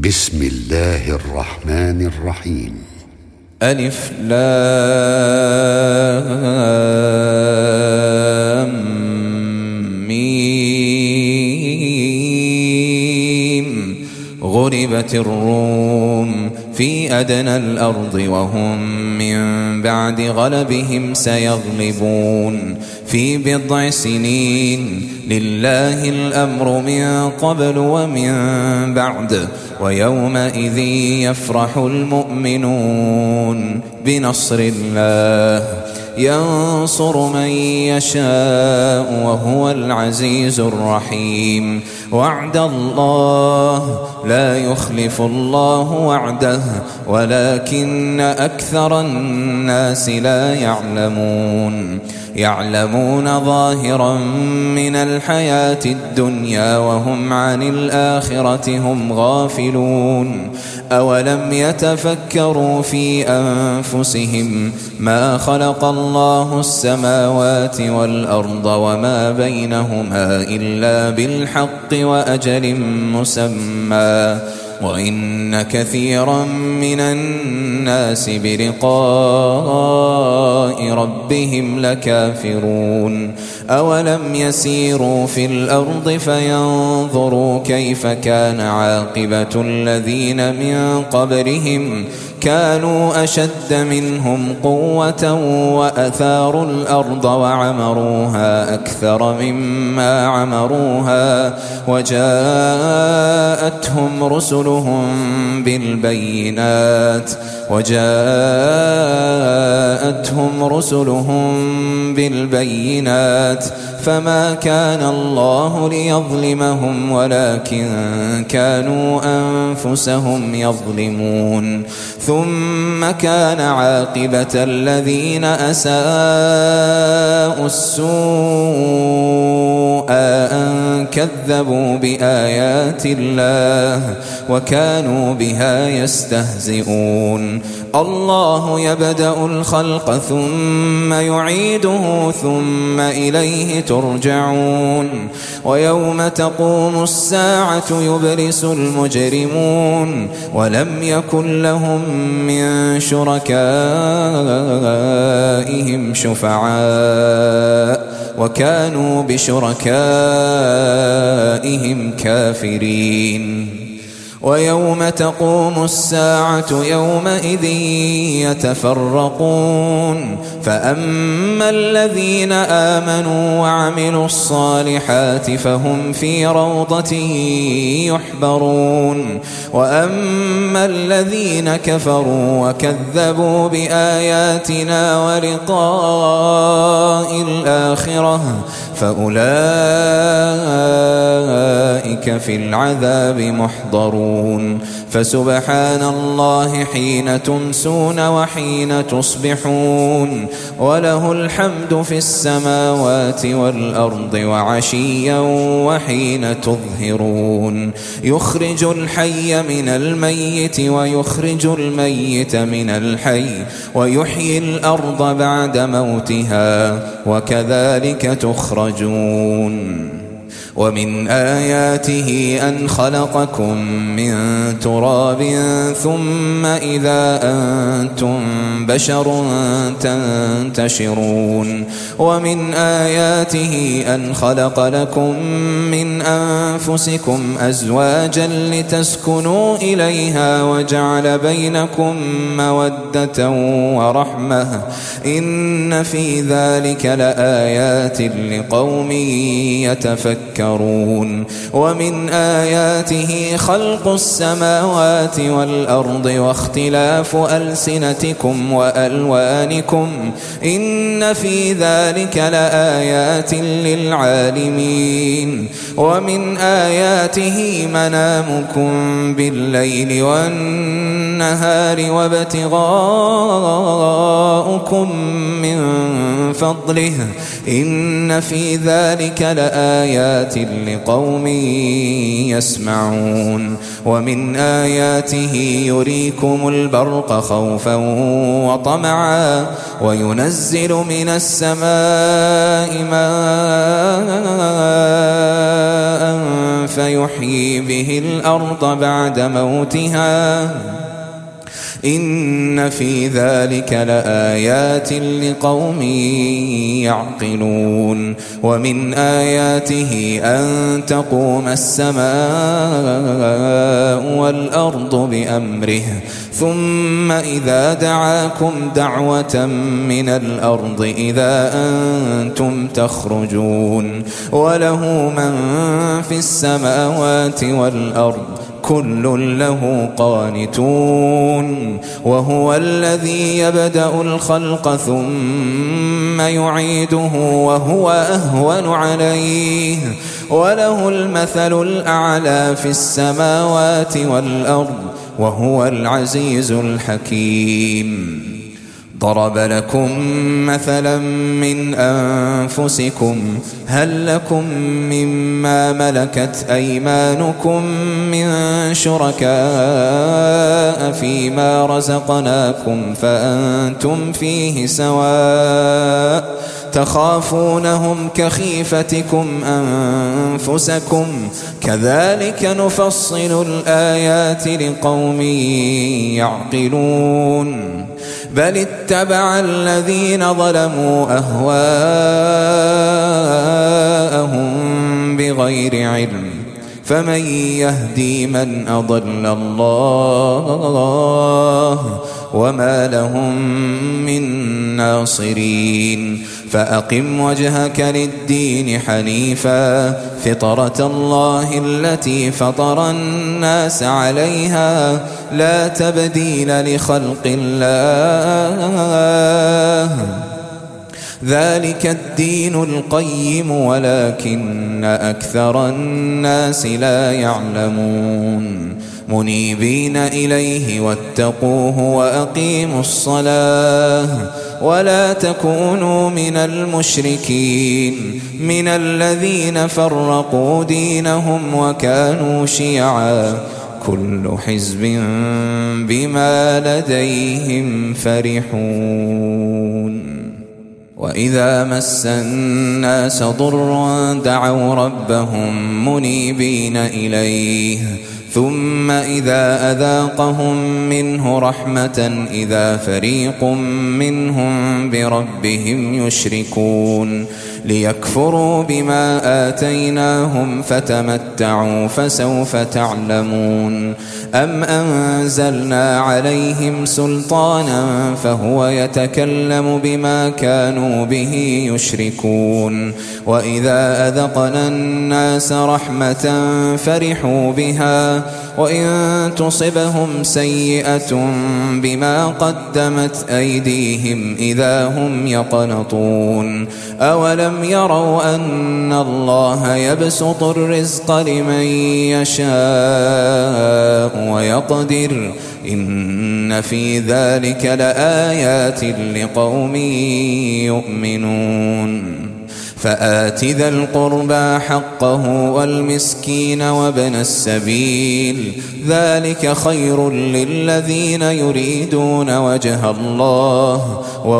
بسم الله الرحمن الرحيم. ألف لام ميم. غلبت الروم في أدنى الأرض وهم من بعد غلبهم سيغلبون في بضع سنين. لله الأمر من قبل ومن بعد ويومئذ يفرح المؤمنون بنصر الله ينصر من يشاء وهو العزيز الرحيم. وعد الله لا يخلف الله وعده ولكن أكثر الناس لا يعلمون ظاهرا من الحياة الدنيا وهم عن الآخرة هم غافلون. أولم يتفكروا في أنفسهم ما خلق الله السماوات والأرض وما بينهما إلا بالحق وأجل مسمى وإن كثيرا من الناس بلقاء ربهم لكافرون. أولم يسيروا في الأرض فينظروا كيف كان عاقبة الذين من قبلهم كانوا أشد منهم قوة وأثاروا الأرض وعمروها أكثر مما عمروها وجاءتهم رسلهم بالبينات فما كان الله ليظلمهم ولكن كانوا أنفسهم يظلمون. ثم كان عاقبة الذين أساءوا السوء أن كذبوا بآيات الله وكانوا بها يستهزئون. الله يبدأ الخلق ثم يعيده ثم إليه ترجعون. ويوم تقوم الساعة يبلس المجرمون ولم يكن لهم من شركائهم شفعاء وكانوا بشركائهم كافرين. ويوم تقوم الساعة يومئذ يتفرقون فأما الذين آمنوا وعملوا الصالحات فهم في روضة يحبرون وأما الذين كفروا وكذبوا بآياتنا ولقاء الآخرة فأولئك في العذاب محضرون. فسبحان الله حين تمسون وحين تصبحون وله الحمد في السماوات والأرض وعشيا وحين تظهرون. يخرج الحي من الميت ويخرج الميت من الحي ويحيي الأرض بعد موتها وكذلك تخرجون. ومن آياته أن خلقكم من تراب ثم إذا أنتم بشر تنتشرون. ومن آياته أن خلق لكم من أنفسكم أزواجا لتسكنوا إليها وجعل بينكم مودة ورحمة إن في ذلك لآيات لقوم يتفكرون. ومن آياته خلق السماوات والأرض واختلاف ألسنتكم وألوانكم إن في ذلك لآيات للعالمين. ومن آياته منامكم بالليل والنهار وابتغاؤكم من فضله إن في ذلك لآيات لقوم يسمعون. ومن آياته يريكم البرق خوفا وطمعا وينزل من السماء ماء فيحيي به الأرض بعد موتها إن في ذلك لآيات لقوم يعقلون ومن آياته أن تقوم السماء والأرض بأمره ثم إذا دعاكم دعوة من الأرض إذا أنتم تخرجون وله من في السماوات والأرض كل له قانتون وهو الذي يبدأ الخلق ثم يعيده وهو أهون عليه وله المثل الأعلى في السماوات والأرض وهو العزيز الحكيم ضرب لكم مثلا من أنفسكم هل لكم مما ملكت أيمانكم من شركاء فيما رزقناكم فأنتم فيه سواء تخافونهم كخيفتكم أنفسكم كذلك نفصل الآيات لقوم يعقلون بل اتبع الذين ظلموا أهواءهم بغير علم فمن يهدي من أضل الله وما لهم من ناصرين فأقم وجهك للدين حنيفا فطرة الله التي فطر الناس عليها لا تبديل لخلق الله ذلك الدين القيم ولكن أكثر الناس لا يعلمون منيبين إليه واتقوه وأقيموا الصلاة ولا تكونوا من المشركين من الذين فرقوا دينهم وكانوا شيعا كل حزب بما لديهم فرحون وإذا مس الناس ضر دعوا ربهم منيبين إليه ثم إذا أذاقهم منه رحمة إذا فريق منهم بربهم يشركون ليكفروا بما آتيناهم فتمتعوا فسوف تعلمون أم أنزلنا عليهم سلطانا فهو يتكلم بما كانوا به يشركون وإذا أذقنا الناس رحمة فرحوا بها وإن تصبهم سيئة بما قدمت أيديهم إذا هم يقنطون أولم يروا أن الله يبسط الرزق لمن يشاء ويقدر إن في ذلك لآيات لقوم يؤمنون فآت ذا القربى حقه والمسكين وابن السبيل ذلك خير للذين يريدون وجه الله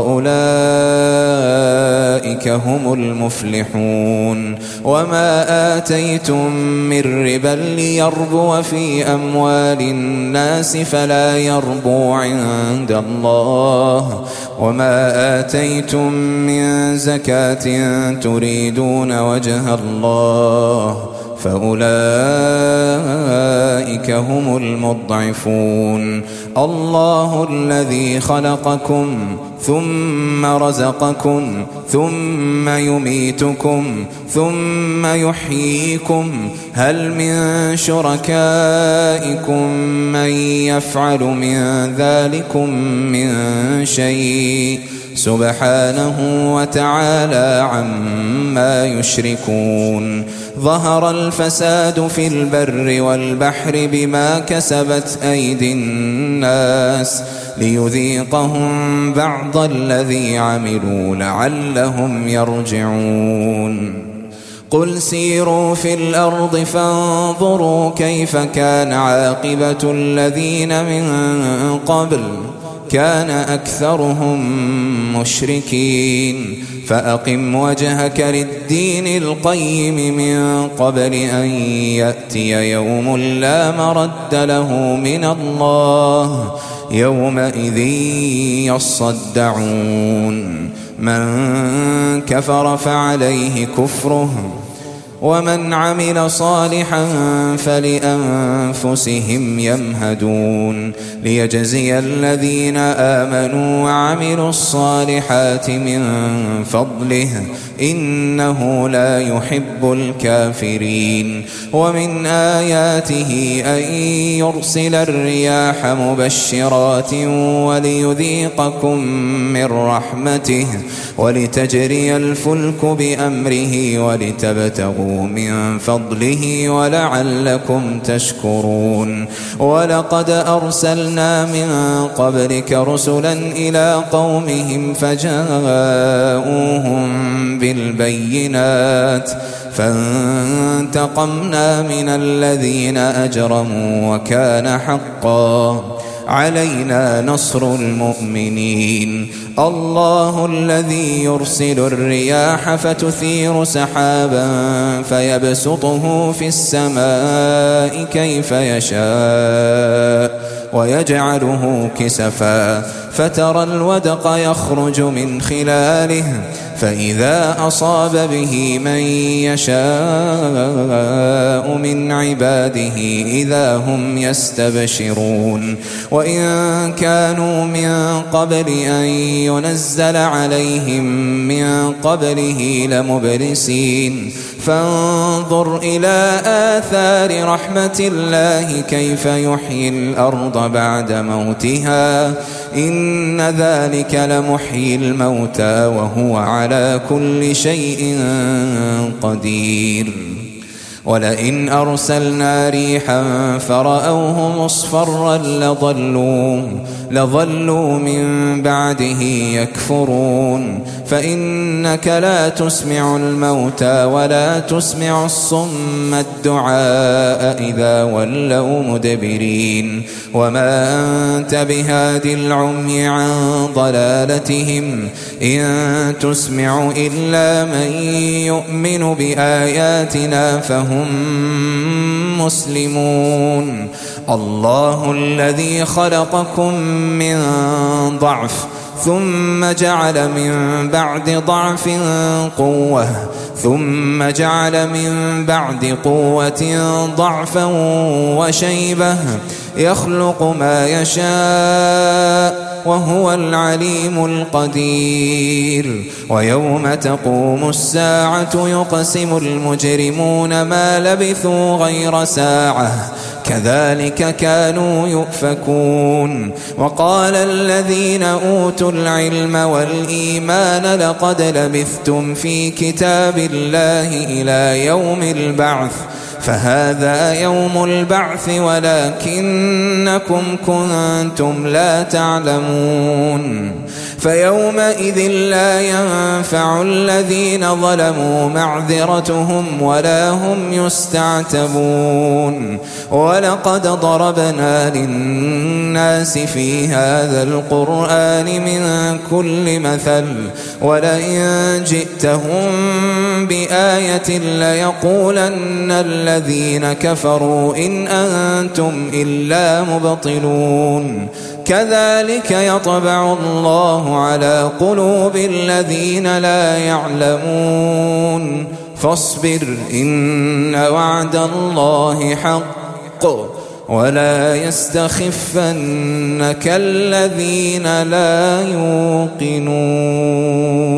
وأولئك هم المفلحون وما آتيتم من ربا ليربو في أموال الناس فلا يربو عند الله وما آتيتم من زكاة تريدون وجه الله فأولئك هم المضعفون الله الذي خلقكم ثم رزقكم ثم يميتكم ثم يحييكم هل من شركائكم من يفعل من ذلكم من شيء سبحانه وتعالى عما يشركون ظهر الفساد في البر والبحر بما كسبت أيدي الناس ليذيقهم بعض الذي عملوا لعلهم يرجعون قل سيروا في الأرض فانظروا كيف كان عاقبة الذين من قبل كان أكثرهم مشركين فأقم وجهك للدين القيم من قبل أن يأتي يوم لا مرد له من الله يومئذ يصدعون من كفر فعليه كفره ومن عمل صالحا فلأنفسهم يمهدون ليجزي الذين آمنوا وعملوا الصالحات من فضله إنه لا يحب الكافرين ومن آياته أن يرسل الرياح مبشرات وليذيقكم من رحمته ولتجري الفلك بأمره ولتبتغوا من فضله ولعلكم تشكرون ولقد أرسلنا من قبلك رسلا إلى قومهم فجاءوهم بالبينات فانتقمنا من الذين أجرموا وكان حقا علينا نصر المؤمنين الله الذي يرسل الرياح فتثير سحابا فيبسطه في السماء كيف يشاء ويجعله كسفا فترى الودق يخرج من خلاله فإذا أصاب به من يشاء من عباده إذا هم يستبشرون وإن كانوا من قبل أن ينزل عليهم من قبله لمبلسين فانظر إلى آثار رحمة الله كيف يحيي الأرض بعد موتها إن ذلك لمحيي الموتى وهو على كل شيء قدير ولئن أرسلنا ريحا فرأوه مصفرا لظلوا من بعده يكفرون فإنك لا تسمع الموتى ولا تسمع الصم الدعاء إذا ولوا مدبرين وما أنت بهاد العمي عن ضلالتهم إن تسمع إلا من يؤمن بآياتنا فهم مسلمون الله الذي خلقكم من ضعف ثم جعل من بعد ضعف قوة ثم جعل من بعد قوة ضعفا وشيبة يخلق ما يشاء وهو العليم القدير ويوم تقوم الساعة يقسم المجرمون ما لبثوا غير ساعة كذلك كانوا يؤفكون وقال الذين أوتوا العلم والإيمان لقد لبثتم في كتاب الله إلى يوم البعث فهذا يوم البعث ولكنكم كنتم لا تعلمون فيومئذ لا ينفع الذين ظلموا معذرتهم ولا هم يستعتبون ولقد ضربنا للناس في هذا القرآن من كل مثل ولئن جئتهم بآية ليقولن الذين كفروا إن أنتم إلا مبطلون كذلك يطبع الله على قلوب الذين لا يعلمون فاصبر إن وعد الله حق ولا يستخفنك الذين لا يوقنون